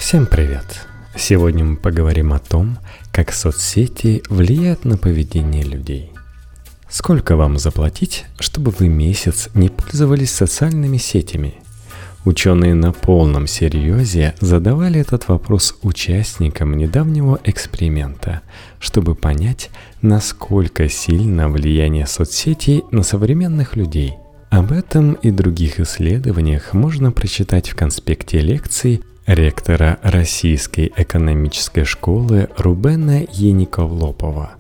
Всем привет! Сегодня мы поговорим о том, как соцсети влияют на поведение людей. Сколько вам заплатить, чтобы вы месяц не пользовались социальными сетями? Ученые на полном серьезе задавали этот вопрос участникам недавнего эксперимента, чтобы понять, насколько сильно влияние соцсетей на современных людей. Об этом и других исследованиях можно прочитать в конспекте лекций ректора Российской экономической школы Рубена Ениковлопова.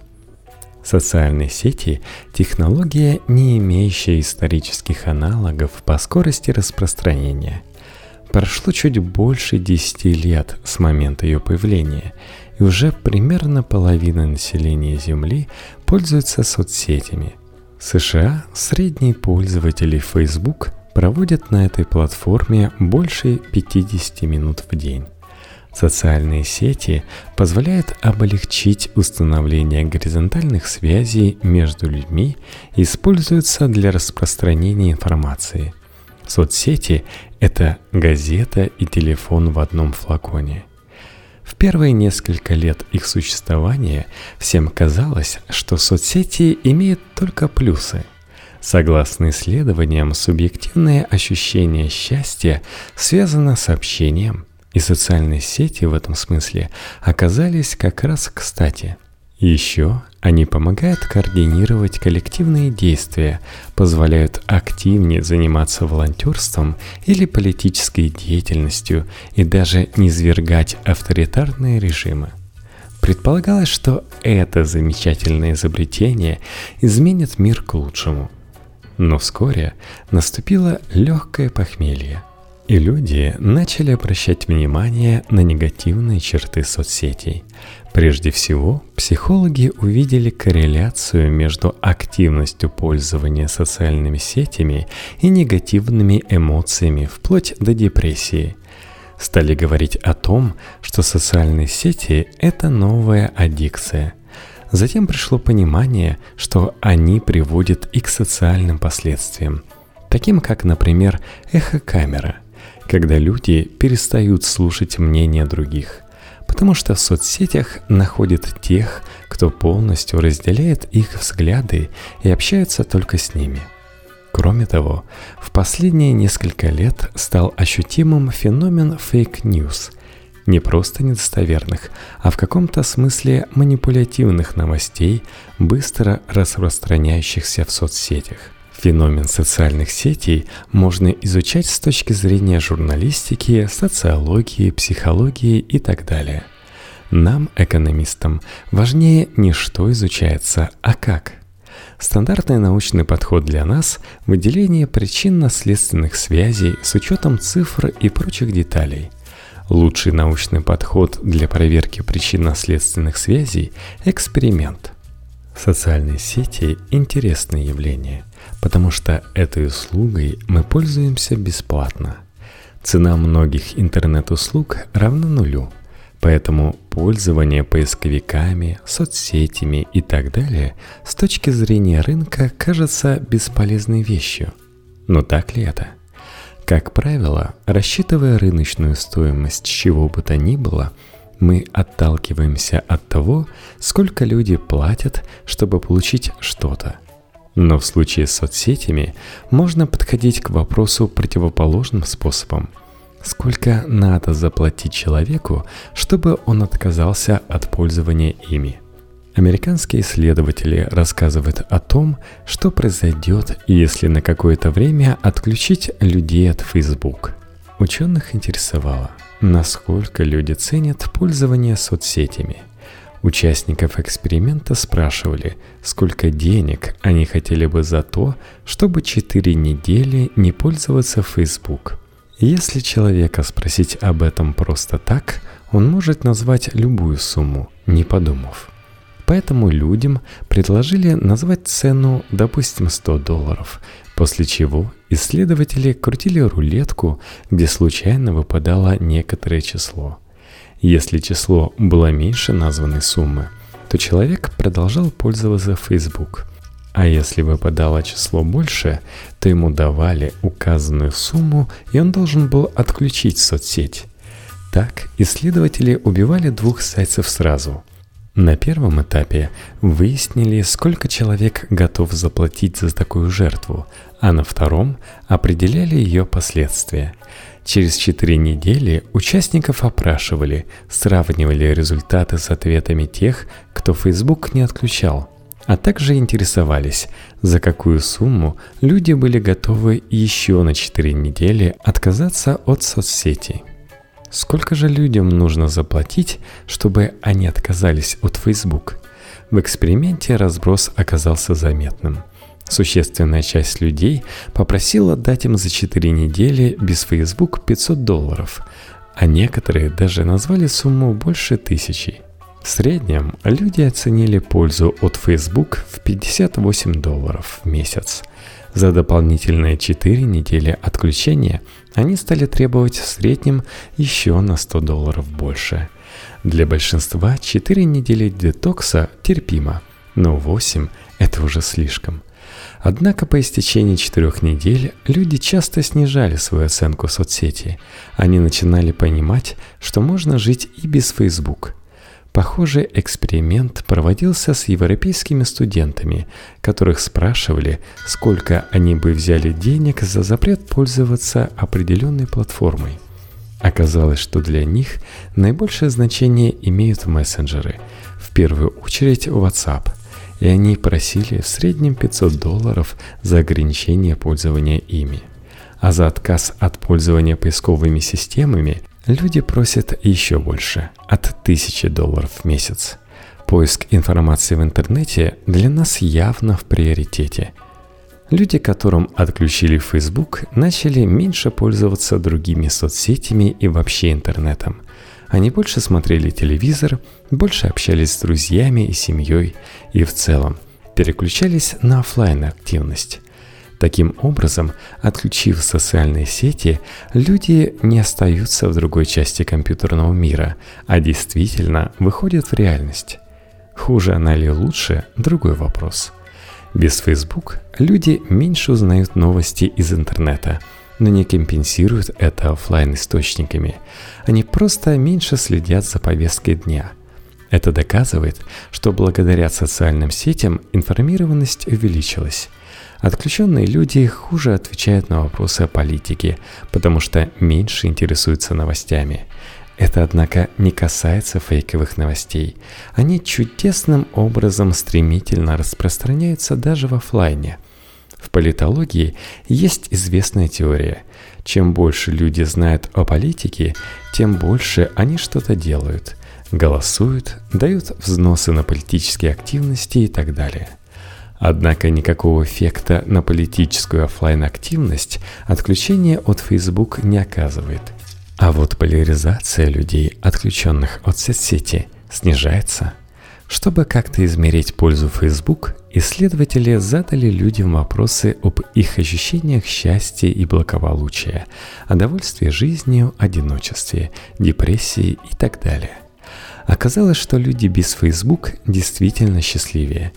Социальные сети – технология, не имеющая исторических аналогов по скорости распространения. Прошло чуть больше 10 лет с момента ее появления, и уже примерно половина населения Земли пользуется соцсетями. В США средний пользователь Facebook проводят на этой платформе больше 50 минут в день. Социальные сети позволяют облегчить установление горизонтальных связей между людьми и используются для распространения информации. Соцсети – это газета и телефон в одном флаконе. В первые несколько лет их существования всем казалось, что соцсети имеют только плюсы. Согласно исследованиям, субъективное ощущение счастья связано с общением, и социальные сети в этом смысле оказались как раз кстати. Еще они помогают координировать коллективные действия, позволяют активнее заниматься волонтерством или политической деятельностью и даже низвергать авторитарные режимы. Предполагалось, что это замечательное изобретение изменит мир к лучшему. Но вскоре наступило легкое похмелье, и люди начали обращать внимание на негативные черты соцсетей. Прежде всего, психологи увидели корреляцию между активностью пользования социальными сетями и негативными эмоциями вплоть до депрессии. Стали говорить о том, что социальные сети – это новая аддикция. Затем пришло понимание, что они приводят и к социальным последствиям, таким как, например, эхокамера, когда люди перестают слушать мнение других, потому что в соцсетях находят тех, кто полностью разделяет их взгляды и общается только с ними. Кроме того, в последние несколько лет стал ощутимым феномен фейк-ньюс, не просто недостоверных, а в каком-то смысле манипулятивных новостей, быстро распространяющихся в соцсетях. Феномен социальных сетей можно изучать с точки зрения журналистики, социологии, психологии и так далее. Нам, экономистам, важнее не что изучается, а как. Стандартный научный подход для нас – выделение причинно-следственных связей с учетом цифр и прочих деталей. Лучший научный подход для проверки причинно-следственных связей – эксперимент. Социальные сети – интересное явление, потому что этой услугой мы пользуемся бесплатно. Цена многих интернет-услуг равна нулю, поэтому пользование поисковиками, соцсетями и так далее с точки зрения рынка кажется бесполезной вещью. Но так ли это? Как правило, рассчитывая рыночную стоимость чего бы то ни было, мы отталкиваемся от того, сколько люди платят, чтобы получить что-то. Но в случае с соцсетями можно подходить к вопросу противоположным способом. Сколько надо заплатить человеку, чтобы он отказался от пользования ими? Американские исследователи рассказывают о том, что произойдет, если на какое-то время отключить людей от Facebook. Ученых интересовало, насколько люди ценят пользование соцсетями. Участников эксперимента спрашивали, сколько денег они хотели бы за то, чтобы 4 недели не пользоваться Facebook. Если человека спросить об этом просто так, он может назвать любую сумму, не подумав. Поэтому людям предложили назвать цену, допустим, $100, после чего исследователи крутили рулетку, где случайно выпадало некоторое число. Если число было меньше названной суммы, то человек продолжал пользоваться Facebook. А если выпадало число больше, то ему давали указанную сумму, и он должен был отключить соцсеть. Так, исследователи убивали 2 зайцев сразу. На первом этапе выяснили, сколько человек готов заплатить за такую жертву, а на втором определяли ее последствия. Через 4 недели участников опрашивали, сравнивали результаты с ответами тех, кто Facebook не отключал, а также интересовались, за какую сумму люди были готовы еще на 4 недели отказаться от соцсети. Сколько же людям нужно заплатить, чтобы они отказались от Facebook? В эксперименте разброс оказался заметным. Существенная часть людей попросила дать им за 4 недели без Facebook $500, а некоторые даже назвали сумму больше 1000. В среднем люди оценили пользу от Facebook в $58 в месяц. За дополнительные 4 недели отключения они стали требовать в среднем еще на $100 больше. Для большинства 4 недели детокса терпимо, но 8 – это уже слишком. Однако по истечении 4 недель люди часто снижали свою оценку соцсети. Они начинали понимать, что можно жить и без Facebook. Похожий эксперимент проводился с европейскими студентами, которых спрашивали, сколько они бы взяли денег за запрет пользоваться определенной платформой. Оказалось, что для них наибольшее значение имеют мессенджеры, в первую очередь WhatsApp, и они просили в среднем $500 за ограничение пользования ими. А за отказ от пользования поисковыми системами люди просят еще больше, от $1000 в месяц. Поиск информации в интернете для нас явно в приоритете. Люди, которым отключили Facebook, начали меньше пользоваться другими соцсетями и вообще интернетом. Они больше смотрели телевизор, больше общались с друзьями и семьей, и в целом переключались на офлайн-активность. Таким образом, отключив социальные сети, люди не остаются в другой части компьютерного мира, а действительно выходят в реальность. Хуже она или лучше – другой вопрос. Без Facebook люди меньше узнают новости из интернета, но не компенсируют это офлайн-источниками. Они просто меньше следят за повесткой дня. Это доказывает, что благодаря социальным сетям информированность увеличилась. Отключенные люди хуже отвечают на вопросы о политике, потому что меньше интересуются новостями. Это, однако, не касается фейковых новостей. Они чудесным образом стремительно распространяются даже в офлайне. В политологии есть известная теория. Чем больше люди знают о политике, тем больше они что-то делают, голосуют, дают взносы на политические активности и так далее. Однако никакого эффекта на политическую офлайн-активность отключение от Facebook не оказывает. А вот поляризация людей, отключенных от соцсети, снижается. Чтобы как-то измерить пользу Facebook, исследователи задали людям вопросы об их ощущениях счастья и благополучия, о довольстве жизнью, одиночестве, депрессии и так далее. Оказалось, что люди без Facebook действительно счастливее.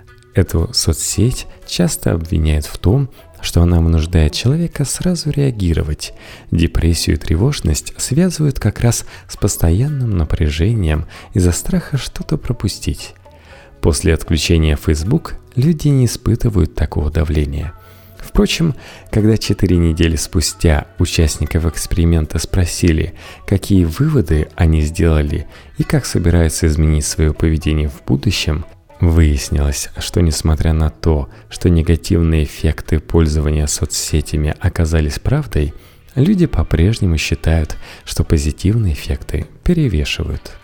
Эту соцсеть часто обвиняют в том, что она вынуждает человека сразу реагировать. Депрессию и тревожность связывают как раз с постоянным напряжением из-за страха что-то пропустить. После отключения Facebook люди не испытывают такого давления. Впрочем, когда 4 недели спустя участников эксперимента спросили, какие выводы они сделали и как собираются изменить свое поведение в будущем, выяснилось, что несмотря на то, что негативные эффекты пользования соцсетями оказались правдой, люди по-прежнему считают, что позитивные эффекты перевешивают.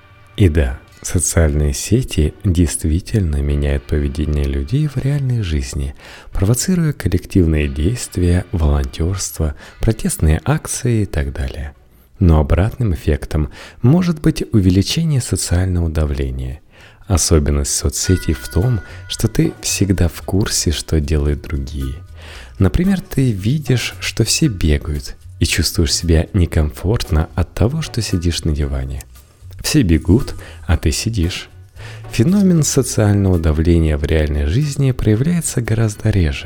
И да, социальные сети действительно меняют поведение людей в реальной жизни, провоцируя коллективные действия, волонтерство, протестные акции и так далее. Но обратным эффектом может быть увеличение социального давления. Особенность соцсетей в том, что ты всегда в курсе, что делают другие. Например, ты видишь, что все бегают, и чувствуешь себя некомфортно от того, что сидишь на диване. Все бегут, а ты сидишь. Феномен социального давления в реальной жизни проявляется гораздо реже.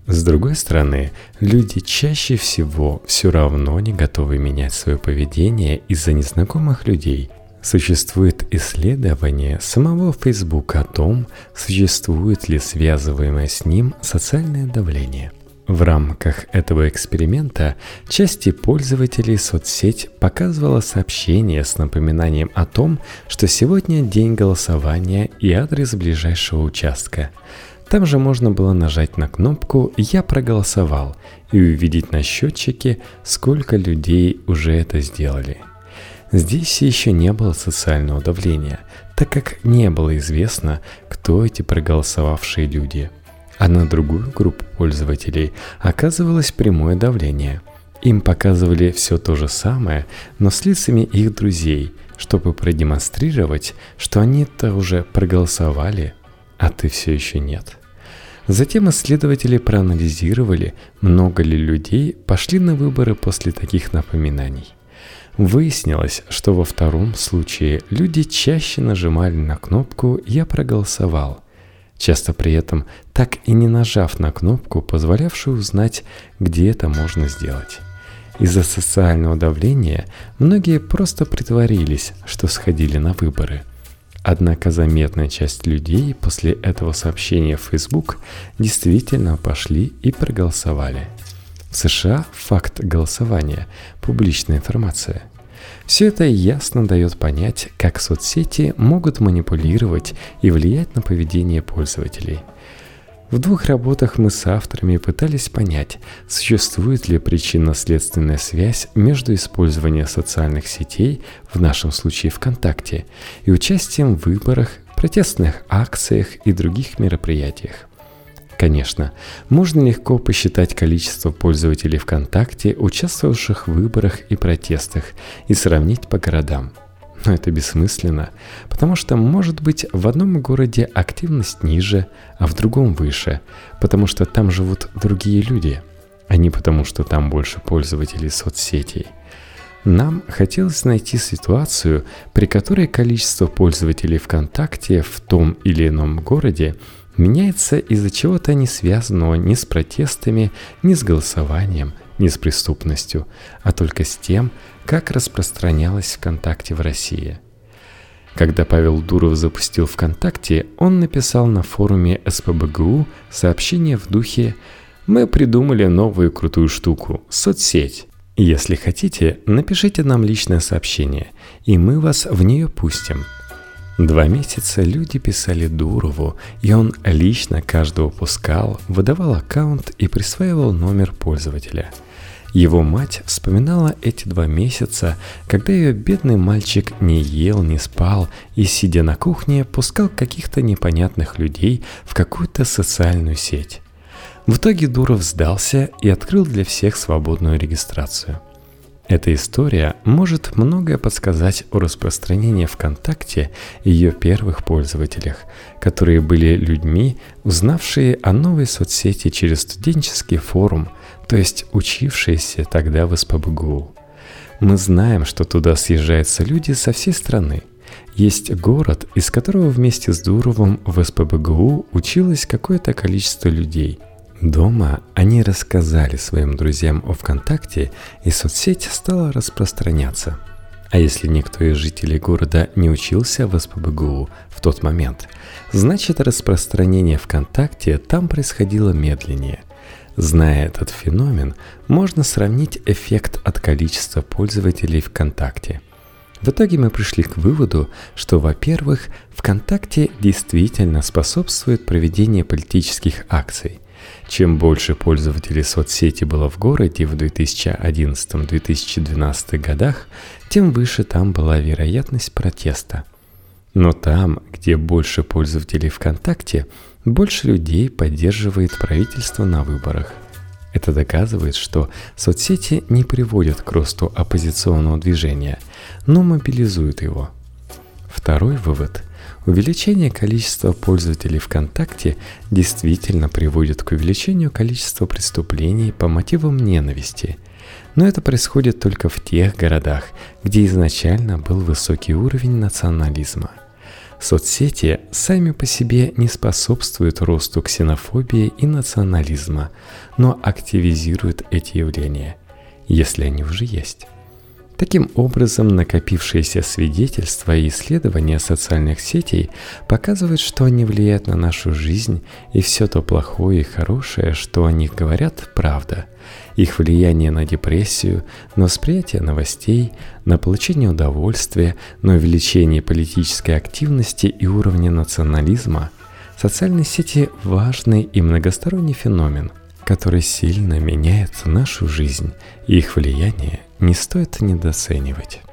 С другой стороны, люди чаще всего все равно не готовы менять свое поведение из-за незнакомых людей. Существует исследование самого Facebook о том, существует ли связываемое с ним социальное давление. В рамках этого эксперимента части пользователей соцсеть показывала сообщение с напоминанием о том, что сегодня день голосования и адрес ближайшего участка. Там же можно было нажать на кнопку «Я проголосовал» и увидеть на счетчике, сколько людей уже это сделали. Здесь еще не было социального давления, так как не было известно, кто эти проголосовавшие люди. А на другую группу пользователей оказывалось прямое давление. Им показывали все то же самое, но с лицами их друзей, чтобы продемонстрировать, что они-то уже проголосовали, а ты все еще нет. Затем исследователи проанализировали, много ли людей пошли на выборы после таких напоминаний. Выяснилось, что во втором случае люди чаще нажимали на кнопку «Я проголосовал», часто при этом так и не нажав на кнопку, позволявшую узнать, где это можно сделать. Из-за социального давления многие просто притворились, что сходили на выборы. Однако заметная часть людей после этого сообщения в Facebook действительно пошли и проголосовали. В США факт голосования – публичная информация. Все это ясно дает понять, как соцсети могут манипулировать и влиять на поведение пользователей. В 2 работах мы с авторами пытались понять, существует ли причинно-следственная связь между использованием социальных сетей, в нашем случае ВКонтакте, и участием в выборах, протестных акциях и других мероприятиях. Конечно, можно легко посчитать количество пользователей ВКонтакте, участвовавших в выборах и протестах, и сравнить по городам. Но это бессмысленно, потому что, может быть, в одном городе активность ниже, а в другом выше, потому что там живут другие люди, а не потому что там больше пользователей соцсетей. Нам хотелось найти ситуацию, при которой количество пользователей ВКонтакте в том или ином городе меняется из-за чего-то не связанного ни с протестами, ни с голосованием, ни с преступностью, а только с тем, как распространялось ВКонтакте в России. Когда Павел Дуров запустил ВКонтакте, он написал на форуме СПбГУ сообщение в духе «Мы придумали новую крутую штуку – соцсеть. Если хотите, напишите нам личное сообщение, и мы вас в нее пустим». 2 месяца люди писали Дурову, и он лично каждого пускал, выдавал аккаунт и присваивал номер пользователя. Его мать вспоминала эти 2 месяца, когда ее бедный мальчик не ел, не спал и, сидя на кухне, пускал каких-то непонятных людей в какую-то социальную сеть. В итоге Дуров сдался и открыл для всех свободную регистрацию. Эта история может многое подсказать о распространении ВКонтакте и ее первых пользователях, которые были людьми, узнавшие о новой соцсети через студенческий форум, то есть учившиеся тогда в СПбГУ. Мы знаем, что туда съезжаются люди со всей страны. Есть город, из которого вместе с Дуровым в СПбГУ училось какое-то количество людей. Дома они рассказали своим друзьям о ВКонтакте, и соцсеть стала распространяться. А если никто из жителей города не учился в СПбГУ в тот момент, значит распространение ВКонтакте там происходило медленнее. Зная этот феномен, можно сравнить эффект от количества пользователей ВКонтакте. В итоге мы пришли к выводу, что, во-первых, ВКонтакте действительно способствует проведению политических акций. Чем больше пользователей соцсети было в городе в 2011-2012 годах, тем выше там была вероятность протеста. Но там, где больше пользователей ВКонтакте, больше людей поддерживает правительство на выборах. Это доказывает, что соцсети не приводят к росту оппозиционного движения, но мобилизуют его. Второй вывод. Увеличение количества пользователей ВКонтакте действительно приводит к увеличению количества преступлений по мотивам ненависти. Но это происходит только в тех городах, где изначально был высокий уровень национализма. Соцсети сами по себе не способствуют росту ксенофобии и национализма, но активизируют эти явления, если они уже есть. Таким образом, накопившиеся свидетельства и исследования социальных сетей показывают, что они влияют на нашу жизнь, и все то плохое и хорошее, что о них говорят, правда. Их влияние на депрессию, на восприятие новостей, на получение удовольствия, на увеличение политической активности и уровня национализма. Социальные сети – важный и многосторонний феномен, который сильно меняет нашу жизнь, и их влияние не стоит недооценивать.